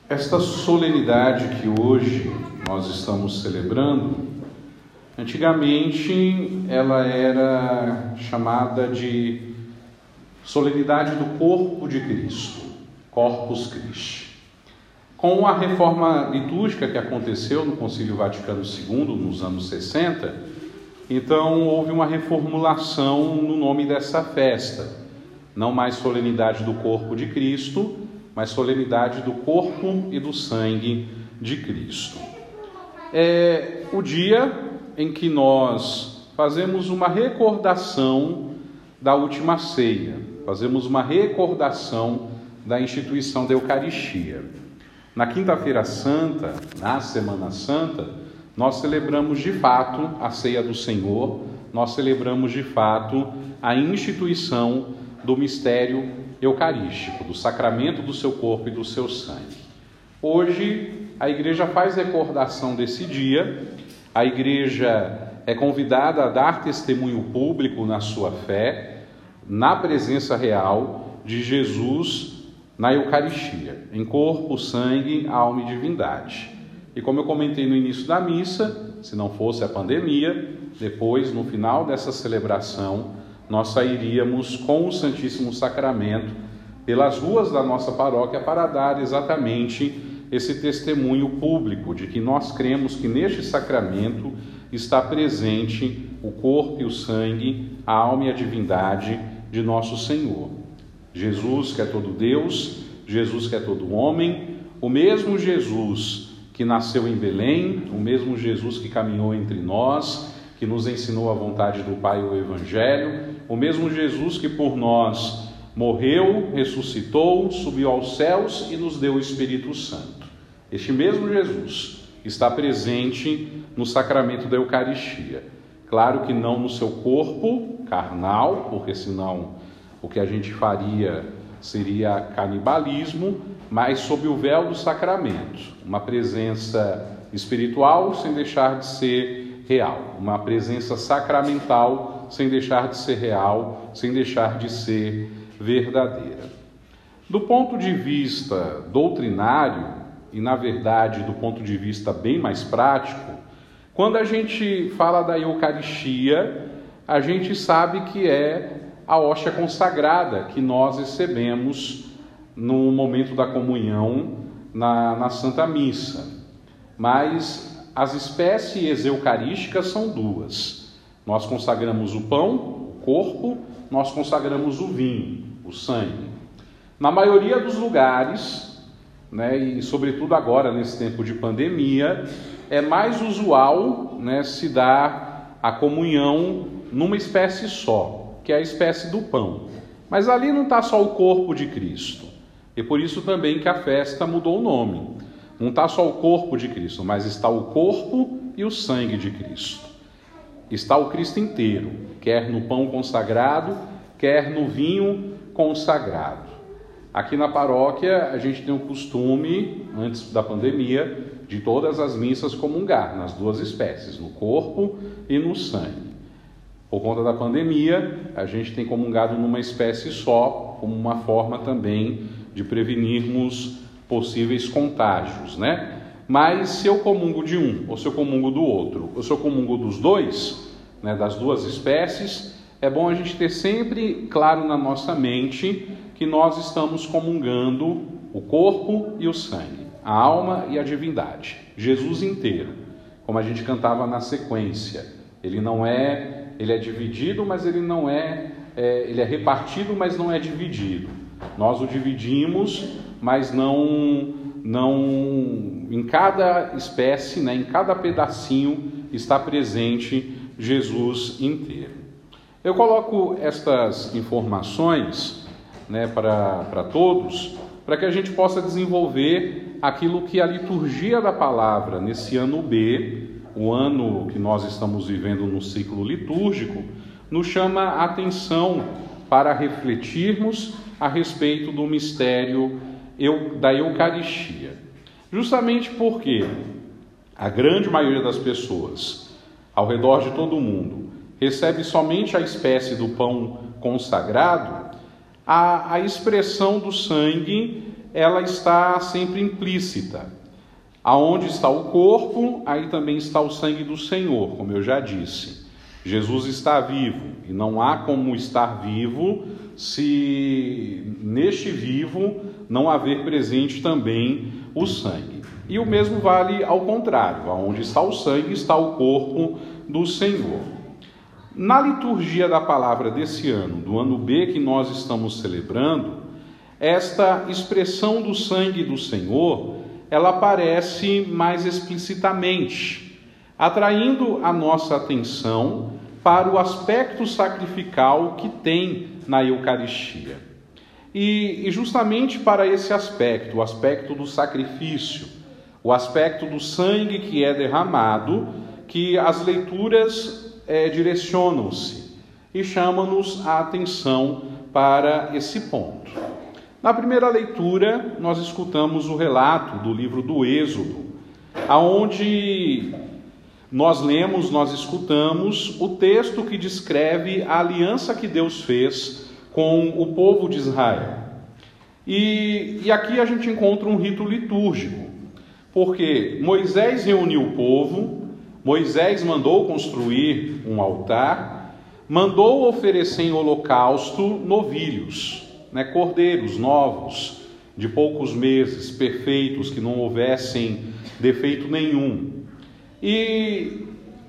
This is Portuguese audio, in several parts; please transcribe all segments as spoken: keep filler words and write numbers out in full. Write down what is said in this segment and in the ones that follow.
Esta solenidade que hoje nós estamos celebrando, antigamente ela era chamada de solenidade do corpo de Cristo, Corpus Christi. Com a reforma litúrgica que aconteceu no Concílio Vaticano segundo, nos anos sessenta, então houve uma reformulação no nome dessa festa. Não mais solenidade do corpo de Cristo, mas solenidade do corpo e do sangue de Cristo. É o dia em que nós fazemos uma recordação da última ceia, fazemos uma recordação da instituição da Eucaristia. Na Quinta-feira Santa, na Semana Santa, nós celebramos de fato a ceia do Senhor, nós celebramos de fato a instituição do mistério eucarístico, do sacramento do seu corpo e do seu sangue. Hoje, a igreja faz recordação desse dia, a igreja é convidada a dar testemunho público na sua fé, na presença real de Jesus na Eucaristia, em corpo, sangue, alma e divindade. E como eu comentei no início da missa, se não fosse a pandemia, depois, no final dessa celebração, nós sairíamos com o Santíssimo Sacramento pelas ruas da nossa paróquia para dar exatamente esse testemunho público de que nós cremos que neste sacramento está presente o corpo e o sangue, a alma e a divindade de nosso Senhor. Jesus que é todo Deus, Jesus que é todo homem, o mesmo Jesus que nasceu em Belém, o mesmo Jesus que caminhou entre nós, que nos ensinou a vontade do Pai e o Evangelho, o mesmo Jesus que por nós morreu, ressuscitou, subiu aos céus e nos deu o Espírito Santo. Este mesmo Jesus está presente no sacramento da Eucaristia. Claro que não no seu corpo carnal, porque senão o que a gente faria seria canibalismo, mas sob o véu do sacramento, uma presença espiritual sem deixar de ser real, uma presença sacramental sem deixar de ser real, sem deixar de ser verdadeira. Do ponto de vista doutrinário, e na verdade do ponto de vista bem mais prático, quando a gente fala da Eucaristia, a gente sabe que é a hóstia consagrada que nós recebemos no momento da comunhão na, na Santa Missa. Mas as espécies eucarísticas são duas. Nós consagramos o pão, o corpo, nós consagramos o vinho, o sangue. Na maioria dos lugares, né, e sobretudo agora nesse tempo de pandemia, é mais usual, né, se dar a comunhão numa espécie só, que é a espécie do pão. Mas ali não está só o corpo de Cristo. E por isso também que a festa mudou o nome. Não está só o corpo de Cristo, mas está o corpo e o sangue de Cristo. Está o Cristo inteiro, quer no pão consagrado, quer no vinho consagrado. Aqui na paróquia a gente tem o costume, antes da pandemia, de todas as missas comungar nas duas espécies, no corpo e no sangue. Por conta da pandemia, a gente tem comungado numa espécie só, como uma forma também de prevenirmos possíveis contágios, né? Mas se eu comungo de um, ou se eu comungo do outro, ou se eu comungo dos dois, né, das duas espécies, é bom a gente ter sempre claro na nossa mente que nós estamos comungando o corpo e o sangue, a alma e a divindade, Jesus inteiro, como a gente cantava na sequência. Ele não é, ele é dividido, mas ele não é, é ele é repartido, mas não é dividido. Nós o dividimos, mas não, não em cada espécie, né, em cada pedacinho está presente Jesus inteiro. Eu coloco estas informações, né, para, para todos, para que a gente possa desenvolver aquilo que a liturgia da palavra nesse ano B, o ano que nós estamos vivendo no ciclo litúrgico, nos chama a atenção para refletirmos a respeito do mistério da Eucaristia. Justamente porque a grande maioria das pessoas, ao redor de todo o mundo, recebe somente a espécie do pão consagrado, a, a expressão do sangue ela está sempre implícita. Aonde está o corpo, aí também está o sangue do Senhor, como eu já disse. Jesus está vivo, e não há como estar vivo se neste vivo não haver presente também o sangue. E o mesmo vale ao contrário, aonde está o sangue, está o corpo do Senhor. Na liturgia da palavra desse ano, do ano B que nós estamos celebrando, esta expressão do sangue do Senhor, ela aparece mais explicitamente, atraindo a nossa atenção para o aspecto sacrificial que tem na Eucaristia. E, e justamente para esse aspecto, o aspecto do sacrifício, o aspecto do sangue que é derramado, que as leituras é, direcionam-se e chamam-nos a atenção para esse ponto. Na primeira leitura, nós escutamos o relato do livro do Êxodo, aonde nós lemos, nós escutamos o texto que descreve a aliança que Deus fez com o povo de Israel. E, e aqui a gente encontra um rito litúrgico, porque Moisés reuniu o povo, Moisés mandou construir um altar, mandou oferecer em holocausto novilhos, né, cordeiros novos, de poucos meses, perfeitos, que não houvessem defeito nenhum. E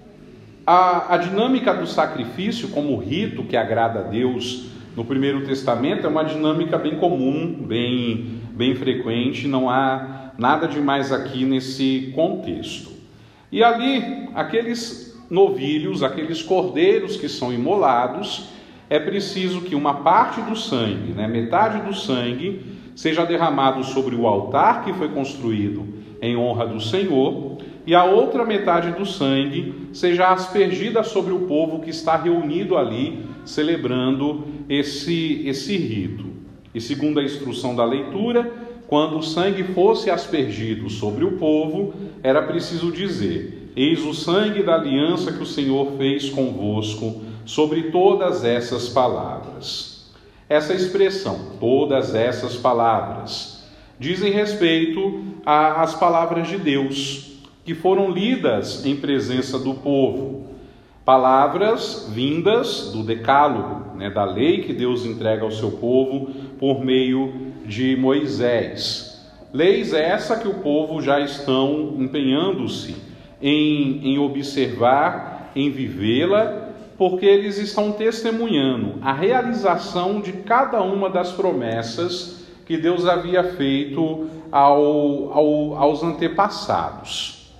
a, a dinâmica do sacrifício como rito que agrada a Deus no Primeiro Testamento é uma dinâmica bem comum, bem, bem frequente, não há nada demais aqui nesse contexto. E ali, aqueles novilhos, aqueles cordeiros que são imolados, é preciso que uma parte do sangue, né, metade do sangue, seja derramado sobre o altar que foi construído em honra do Senhor, e a outra metade do sangue seja aspergida sobre o povo que está reunido ali, celebrando esse, esse rito. E segundo a instrução da leitura, quando o sangue fosse aspergido sobre o povo, era preciso dizer: eis o sangue da aliança que o Senhor fez convosco, sobre todas essas palavras. Essa expressão, todas essas palavras, dizem respeito às palavras de Deus, que foram lidas em presença do povo. Palavras vindas do decálogo, né, da lei que Deus entrega ao seu povo por meio de Moisés. Leis essa que o povo já estão empenhando-se em, em observar, em vivê-la, porque eles estão testemunhando a realização de cada uma das promessas que Deus havia feito ao, ao, aos antepassados.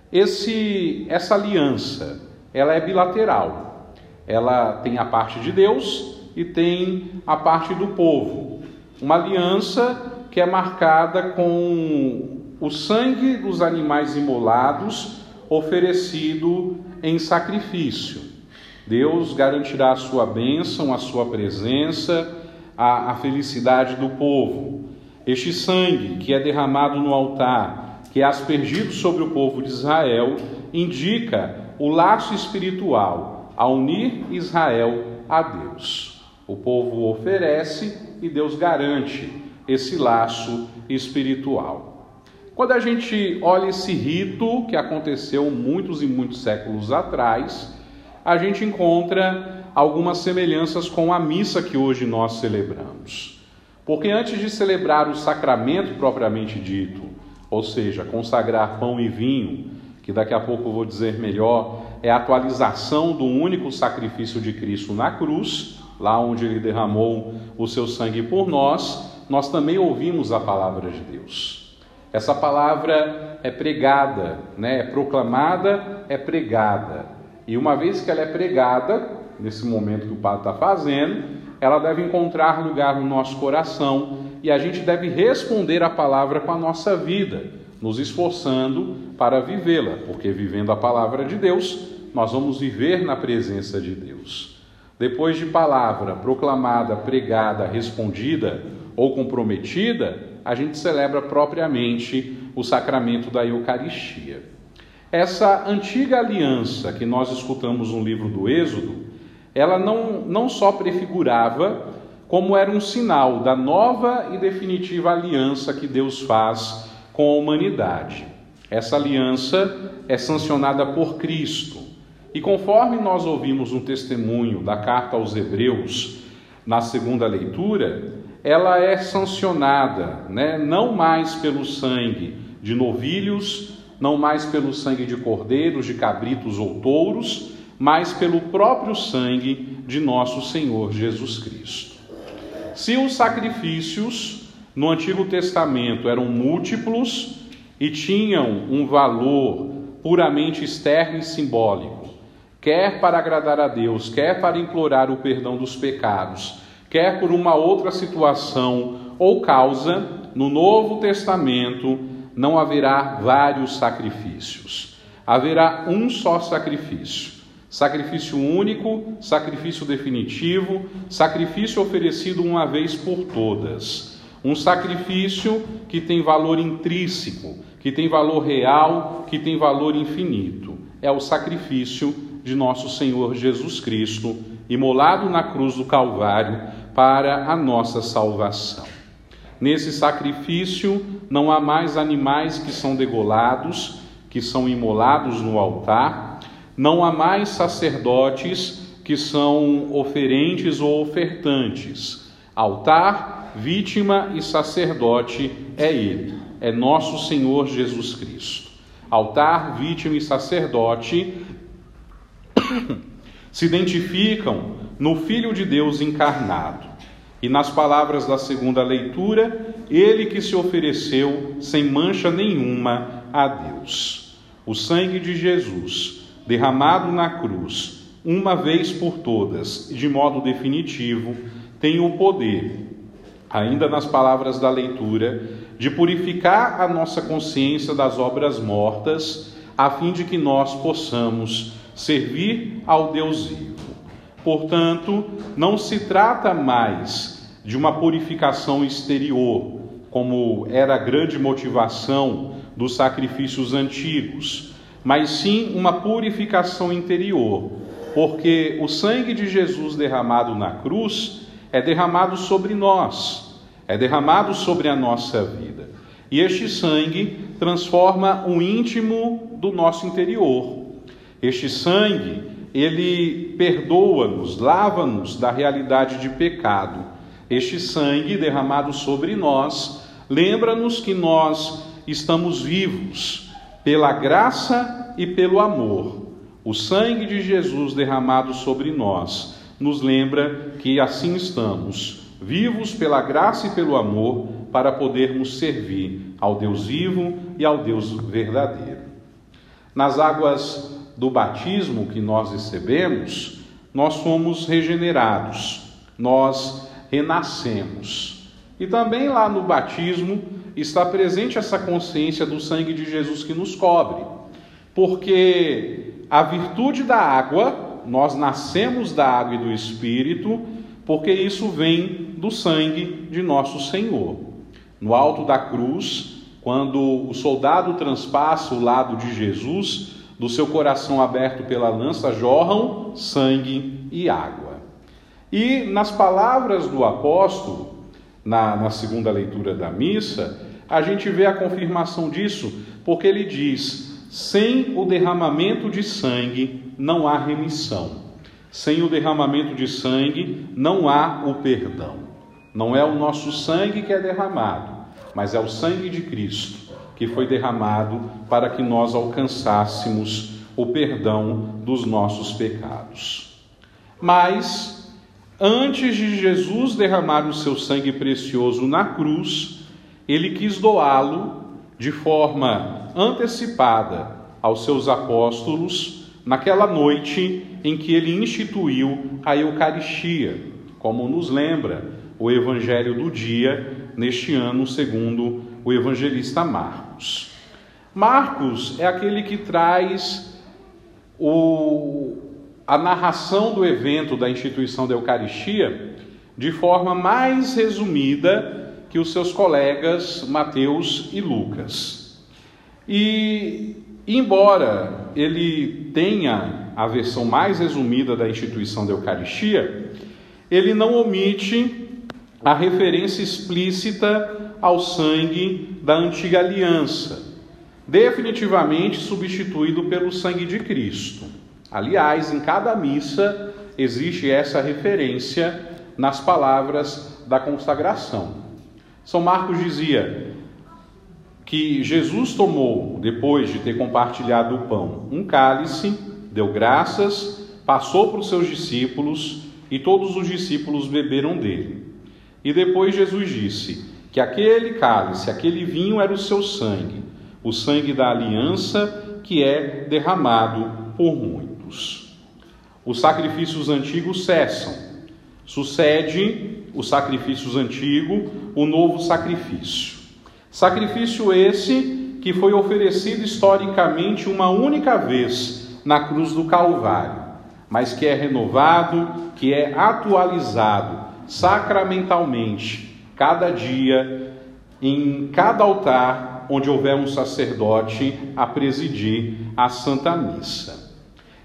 Esse, essa aliança, ela é bilateral. Ela tem a parte de Deus e tem a parte do povo. Uma aliança que é marcada com o sangue dos animais imolados oferecido em sacrifício. Deus garantirá a sua bênção, a sua presença, a, a felicidade do povo. Este sangue que é derramado no altar, que é aspergido sobre o povo de Israel, indica o laço espiritual a unir Israel a Deus. O povo oferece e Deus garante esse laço espiritual. Quando a gente olha esse rito que aconteceu muitos e muitos séculos atrás, a gente encontra algumas semelhanças com a missa que hoje nós celebramos. Porque antes de celebrar o sacramento propriamente dito, ou seja, consagrar pão e vinho, que daqui a pouco eu vou dizer melhor, é a atualização do único sacrifício de Cristo na cruz, lá onde ele derramou o seu sangue por nós, nós também ouvimos a palavra de Deus. Essa palavra é pregada, né? É proclamada, é pregada. E uma vez que ela é pregada, nesse momento que o padre está fazendo, ela deve encontrar lugar no nosso coração e a gente deve responder à palavra com a nossa vida, nos esforçando para vivê-la, porque vivendo a palavra de Deus, nós vamos viver na presença de Deus. Depois de palavra proclamada, pregada, respondida ou comprometida, a gente celebra propriamente o sacramento da Eucaristia. Essa antiga aliança que nós escutamos no livro do Êxodo, ela não, não só prefigurava como era um sinal da nova e definitiva aliança que Deus faz com a humanidade. Essa aliança é sancionada por Cristo. E conforme nós ouvimos no testemunho da carta aos Hebreus, na segunda leitura, ela é sancionada, né, não mais pelo sangue de novilhos, não mais pelo sangue de cordeiros, de cabritos ou touros, mas pelo próprio sangue de nosso Senhor Jesus Cristo. Se os sacrifícios no Antigo Testamento eram múltiplos e tinham um valor puramente externo e simbólico, quer para agradar a Deus, quer para implorar o perdão dos pecados, quer por uma outra situação ou causa, no Novo Testamento não haverá vários sacrifícios. Haverá um só sacrifício. Sacrifício único, sacrifício definitivo, sacrifício oferecido uma vez por todas. Um sacrifício que tem valor intrínseco, que tem valor real, que tem valor infinito. É o sacrifício de nosso Senhor Jesus Cristo, imolado na cruz do Calvário para a nossa salvação. Nesse sacrifício não há mais animais que são degolados, que são imolados no altar, não há mais sacerdotes que são oferentes ou ofertantes. Altar, vítima e sacerdote é Ele, é nosso Senhor Jesus Cristo. Altar, vítima e sacerdote se identificam no Filho de Deus encarnado. E nas palavras da segunda leitura, Ele que se ofereceu sem mancha nenhuma a Deus. O sangue de Jesus, derramado na cruz, uma vez por todas, de modo definitivo, tem o poder, ainda nas palavras da leitura, de purificar a nossa consciência das obras mortas, a fim de que nós possamos servir ao Deus vivo. Portanto, não se trata mais de uma purificação exterior, como era a grande motivação dos sacrifícios antigos, mas sim uma purificação interior, porque o sangue de Jesus derramado na cruz é derramado sobre nós, é derramado sobre a nossa vida. E este sangue transforma o íntimo do nosso interior. Este sangue, ele perdoa-nos, lava-nos da realidade de pecado. Este sangue derramado sobre nós, lembra-nos que nós estamos vivos pela graça e pelo amor. O sangue de Jesus derramado sobre nós nos lembra que assim estamos, vivos pela graça e pelo amor, para podermos servir ao Deus vivo e ao Deus verdadeiro. Nas águas do batismo que nós recebemos, nós somos regenerados, nós renascemos. E também lá no batismo está presente essa consciência do sangue de Jesus que nos cobre, porque a virtude da água, nós nascemos da água e do Espírito, porque isso vem do sangue de nosso Senhor. No alto da cruz, quando o soldado transpassa o lado de Jesus, do seu coração aberto pela lança jorram sangue e água. E nas palavras do apóstolo, na, na segunda leitura da missa, a gente vê a confirmação disso, porque ele diz: sem o derramamento de sangue não há remissão. Sem o derramamento de sangue não há o perdão. Não é o nosso sangue que é derramado, mas é o sangue de Cristo que foi derramado para que nós alcançássemos o perdão dos nossos pecados. Mas, antes de Jesus derramar o seu sangue precioso na cruz, ele quis doá-lo de forma antecipada aos seus apóstolos naquela noite em que ele instituiu a Eucaristia, como nos lembra o Evangelho do dia neste ano, segundo o evangelista Marcos. Marcos é aquele que traz o, a narração do evento da instituição da Eucaristia de forma mais resumida que os seus colegas Mateus e Lucas. E, embora ele tenha a versão mais resumida da instituição da Eucaristia, ele não omite a referência explícita ao sangue da antiga aliança, definitivamente substituído pelo sangue de Cristo. Aliás, em cada missa existe essa referência nas palavras da consagração. São Marcos dizia que Jesus tomou, depois de ter compartilhado o pão, um cálice, deu graças, passou para os seus discípulos e todos os discípulos beberam dele. E depois Jesus disse que aquele cálice, aquele vinho era o seu sangue, o sangue da aliança que é derramado por muitos. Os sacrifícios antigos cessam. Sucede os sacrifícios antigos, o novo sacrifício. Sacrifício esse que foi oferecido historicamente uma única vez na cruz do Calvário, mas que é renovado, que é atualizado sacramentalmente, cada dia, em cada altar onde houver um sacerdote a presidir a Santa Missa.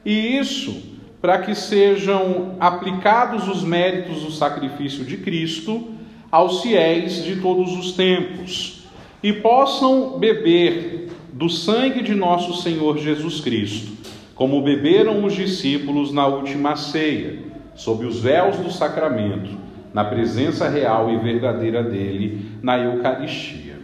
E isso para que sejam aplicados os méritos do sacrifício de Cristo aos fiéis de todos os tempos e possam beber do sangue de nosso Senhor Jesus Cristo, como beberam os discípulos na última ceia, sob os véus do sacramento, na presença real e verdadeira dele na Eucaristia.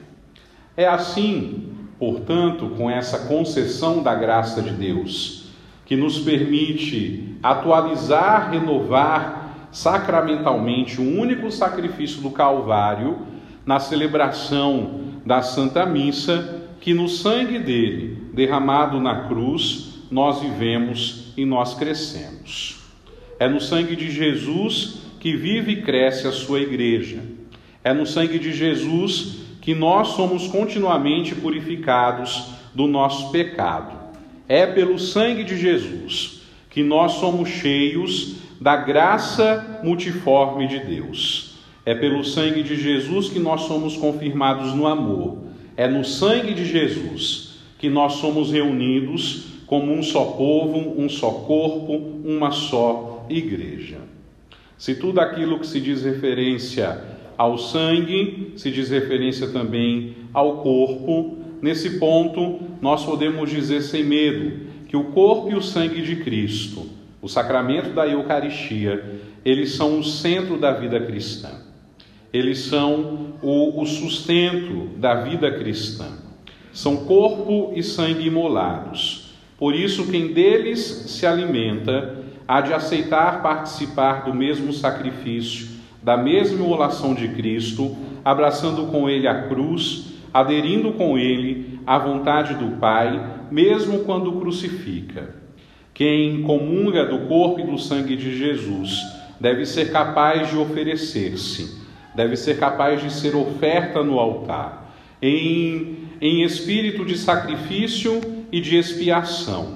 É assim, portanto, com essa concessão da graça de Deus, que nos permite atualizar, renovar sacramentalmente o único sacrifício do Calvário na celebração da Santa Missa, que no sangue dele, derramado na cruz, nós vivemos e nós crescemos. É no sangue de Jesus que vive e cresce a sua igreja. É no sangue de Jesus que nós somos continuamente purificados do nosso pecado. É pelo sangue de Jesus que nós somos cheios da graça multiforme de Deus. É pelo sangue de Jesus que nós somos confirmados no amor. É no sangue de Jesus que nós somos reunidos como um só povo, um só corpo, uma só igreja. Se tudo aquilo que se diz referência ao sangue, se diz referência também ao corpo, nesse ponto nós podemos dizer sem medo que o corpo e o sangue de Cristo, o sacramento da Eucaristia, eles são o centro da vida cristã. Eles são o, o sustento da vida cristã. São corpo e sangue imolados. Por isso, quem deles se alimenta há de aceitar participar do mesmo sacrifício, da mesma imolação de Cristo, abraçando com ele a cruz, aderindo com ele à vontade do Pai, mesmo quando crucifica. Quem comunga do corpo e do sangue de Jesus deve ser capaz de oferecer-se, deve ser capaz de ser oferta no altar, em, em espírito de sacrifício e de expiação.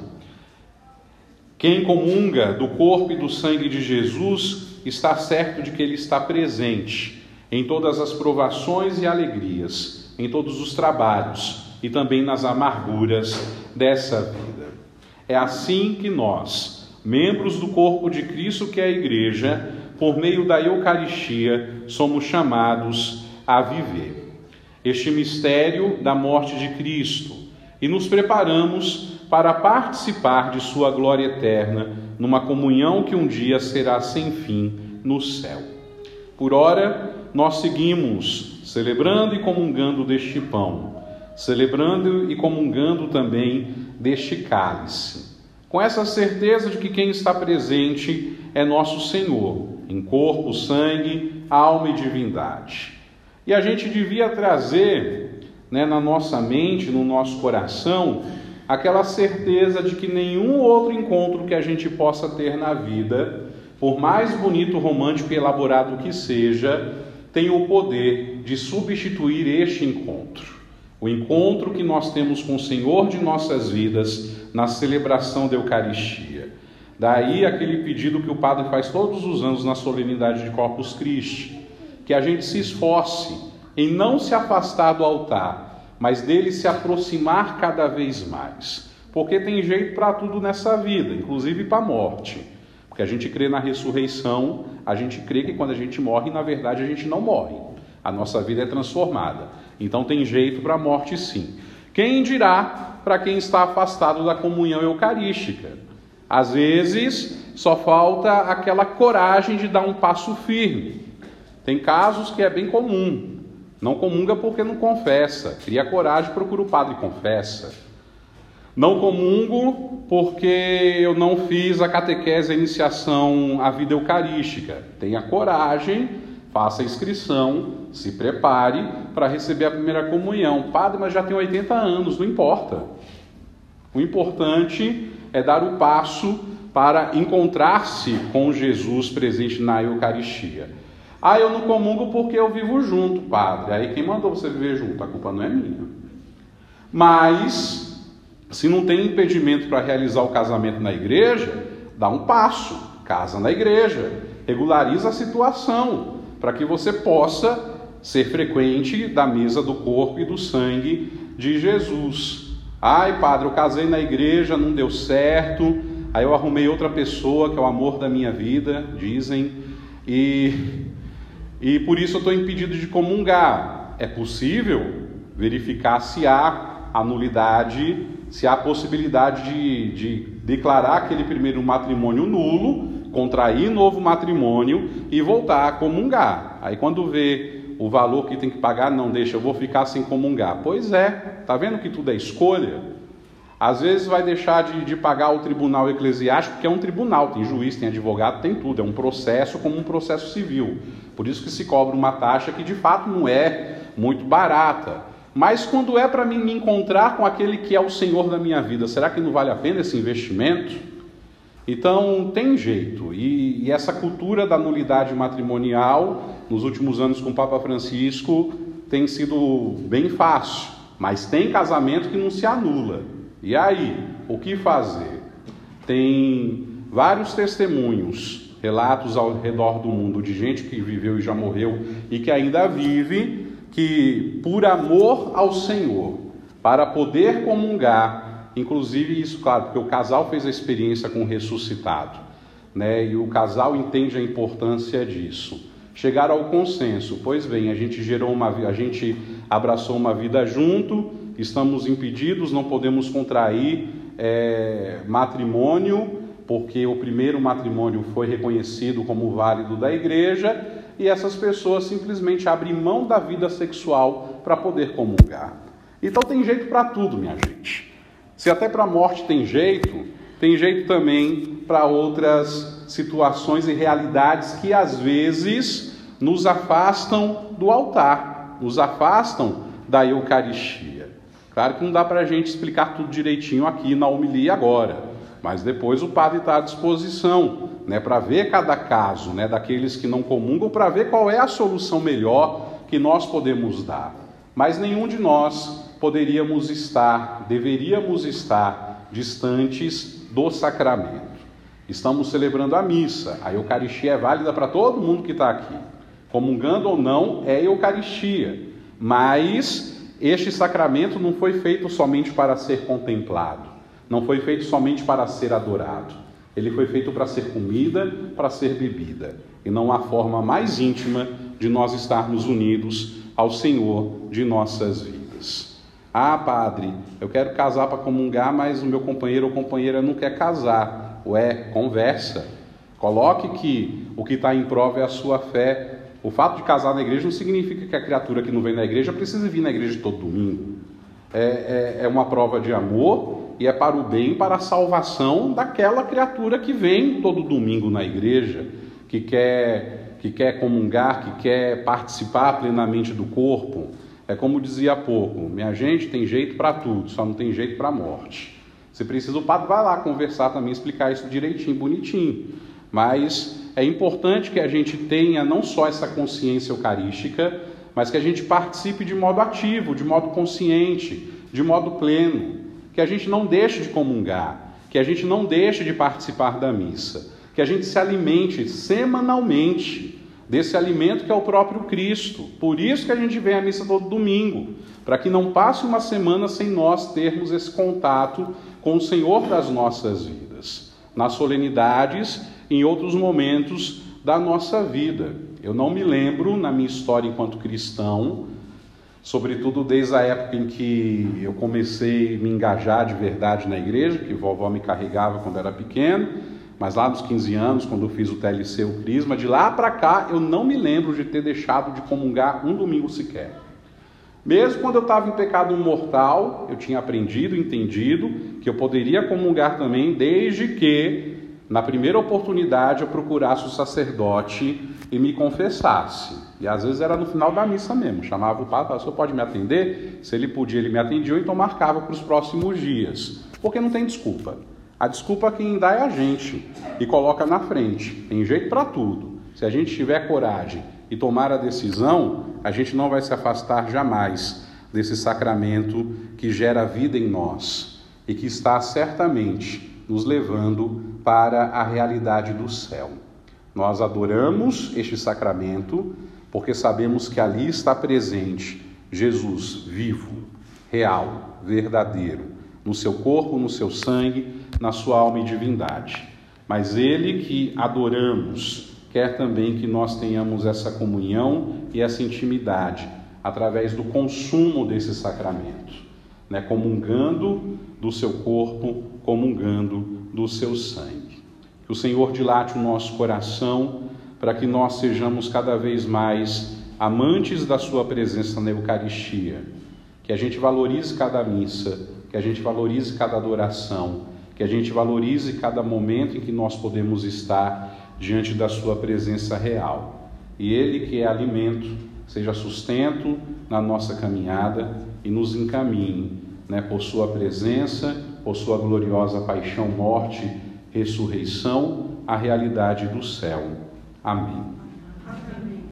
Quem comunga do corpo e do sangue de Jesus está certo de que ele está presente em todas as provações e alegrias, em todos os trabalhos e também nas amarguras dessa vida. É assim que nós, membros do corpo de Cristo que é a Igreja, por meio da Eucaristia, somos chamados a viver este mistério da morte de Cristo e nos preparamos para participar de sua glória eterna, numa comunhão que um dia será sem fim no céu. Por ora, nós seguimos celebrando e comungando deste pão, celebrando e comungando também deste cálice, com essa certeza de que quem está presente é nosso Senhor, em corpo, sangue, alma e divindade. E a gente devia trazer, né, na nossa mente, no nosso coração, aquela certeza de que nenhum outro encontro que a gente possa ter na vida, por mais bonito, romântico e elaborado que seja, tem o poder de substituir este encontro. O encontro que nós temos com o Senhor de nossas vidas na celebração da Eucaristia. Daí aquele pedido que o padre faz todos os anos na solenidade de Corpus Christi, que a gente se esforce em não se afastar do altar, mas dele se aproximar cada vez mais. Porque tem jeito para tudo nessa vida, inclusive para a morte. Porque a gente crê na ressurreição, a gente crê que quando a gente morre, na verdade, a gente não morre. A nossa vida é transformada. Então tem jeito para a morte, sim. Quem dirá para quem está afastado da comunhão eucarística? Às vezes, só falta aquela coragem de dar um passo firme. Tem casos que é bem comum. Não comunga porque não confessa. Cria coragem, procura o padre e confessa. Não comungo porque eu não fiz a catequese, a iniciação à vida eucarística. Tenha coragem, faça a inscrição, se prepare para receber a primeira comunhão. Padre, mas já tem oitenta anos, não importa. O importante é dar o passo para encontrar-se com Jesus presente na Eucaristia. Ah, eu não comungo porque eu vivo junto, padre. Aí quem mandou você viver junto? A culpa não é minha. Mas, se não tem impedimento para realizar o casamento na igreja, dá um passo, casa na igreja, regulariza a situação, para que você possa ser frequente da mesa do corpo e do sangue de Jesus. Ai, padre, eu casei na igreja, não deu certo, aí eu arrumei outra pessoa que é o amor da minha vida, dizem, e, e por isso eu estou impedido de comungar. É possível verificar se há a nulidade, se há a possibilidade de, de declarar aquele primeiro matrimônio nulo, contrair novo matrimônio e voltar a comungar. Aí quando vê o valor que tem que pagar, não deixa, eu vou ficar sem comungar. Pois é, tá vendo que tudo é escolha? Às vezes vai deixar de, de pagar o tribunal eclesiástico, porque é um tribunal, tem juiz, tem advogado, tem tudo, é um processo como um processo civil. Por isso que se cobra uma taxa que de fato não é muito barata. Mas quando é para mim me encontrar com aquele que é o Senhor da minha vida, será que não vale a pena esse investimento? Então tem jeito, e, e essa cultura da nulidade matrimonial, nos últimos anos com o Papa Francisco, tem sido bem fácil, mas tem casamento que não se anula. E aí, o que fazer? Tem vários testemunhos, relatos ao redor do mundo de gente que viveu e já morreu e que ainda vive, que por amor ao Senhor, para poder comungar, inclusive isso, claro, porque o casal fez a experiência com o ressuscitado, né? E o casal entende a importância disso. Chegar ao consenso, pois bem, a gente gerou uma, a gente abraçou uma vida junto, estamos impedidos, não podemos contrair é, matrimônio, porque o primeiro matrimônio foi reconhecido como válido da igreja, e essas pessoas simplesmente abrem mão da vida sexual para poder comungar. Então tem jeito para tudo, minha gente. Se até para a morte tem jeito, tem jeito também para outras situações e realidades que às vezes nos afastam do altar, nos afastam da Eucaristia. Claro que não dá para a gente explicar tudo direitinho aqui na homilia agora, mas depois o padre está à disposição, né, para ver cada caso, né, daqueles que não comungam, para ver qual é a solução melhor que nós podemos dar. Mas nenhum de nós poderíamos estar, deveríamos estar distantes do sacramento. Estamos celebrando a missa, a Eucaristia é válida para todo mundo que está aqui. Comungando ou não, é Eucaristia. Mas este sacramento não foi feito somente para ser contemplado, não foi feito somente para ser adorado. Ele foi feito para ser comida, para ser bebida. E não há forma mais íntima de nós estarmos unidos ao Senhor de nossas vidas. Ah, padre, eu quero casar para comungar, mas o meu companheiro ou companheira não quer casar. Ué, conversa. Coloque que o que está em prova é a sua fé. O fato de casar na igreja não significa que a criatura que não vem na igreja precisa vir na igreja todo domingo. É, é, é uma prova de amor e é para o bem, para a salvação daquela criatura que vem todo domingo na igreja, que quer, que quer comungar, que quer participar plenamente do corpo. É como dizia há pouco, minha gente, tem jeito para tudo, só não tem jeito para a morte. Se precisa, o padre vai lá conversar também, explicar isso direitinho, bonitinho. Mas é importante que a gente tenha não só essa consciência eucarística, mas que a gente participe de modo ativo, de modo consciente, de modo pleno. Que a gente não deixe de comungar, que a gente não deixe de participar da missa, que a gente se alimente semanalmente desse alimento que é o próprio Cristo. Por isso que a gente vem à missa todo domingo, para que não passe uma semana sem nós termos esse contato com o Senhor das nossas vidas. Nas solenidades, em outros momentos da nossa vida. Eu não me lembro, na minha história enquanto cristão, sobretudo desde a época em que eu comecei a me engajar de verdade na igreja, que vovó me carregava quando era pequeno, mas lá dos quinze anos, quando eu fiz o T L C, o Crisma, de lá para cá, eu não me lembro de ter deixado de comungar um domingo sequer. Mesmo quando eu estava em pecado mortal, eu tinha aprendido, entendido, que eu poderia comungar também, desde que, na primeira oportunidade, eu procurasse o sacerdote e me confessasse. E às vezes era no final da missa mesmo, chamava o padre, o senhor pode me atender? Se ele podia, ele me atendia, ou então marcava para os próximos dias, porque não tem desculpa. A desculpa quem dá é a gente e coloca na frente, tem jeito para tudo. Se a gente tiver coragem e tomar a decisão, a gente não vai se afastar jamais desse sacramento que gera vida em nós e que está certamente nos levando para a realidade do céu. Nós adoramos este sacramento porque sabemos que ali está presente Jesus vivo, real, verdadeiro, no seu corpo, no seu sangue, na sua alma e divindade. Mas ele que adoramos quer também que nós tenhamos essa comunhão e essa intimidade através do consumo desse sacramento, né? Comungando do seu corpo, comungando do seu sangue. Que o Senhor dilate o nosso coração para que nós sejamos cada vez mais amantes da sua presença na Eucaristia, que a gente valorize cada missa, que a gente valorize cada adoração, que a gente valorize cada momento em que nós podemos estar diante da sua presença real. E Ele, que é alimento, seja sustento na nossa caminhada e nos encaminhe, né, por sua presença, por sua gloriosa paixão, morte, ressurreição, a realidade do céu. Amém.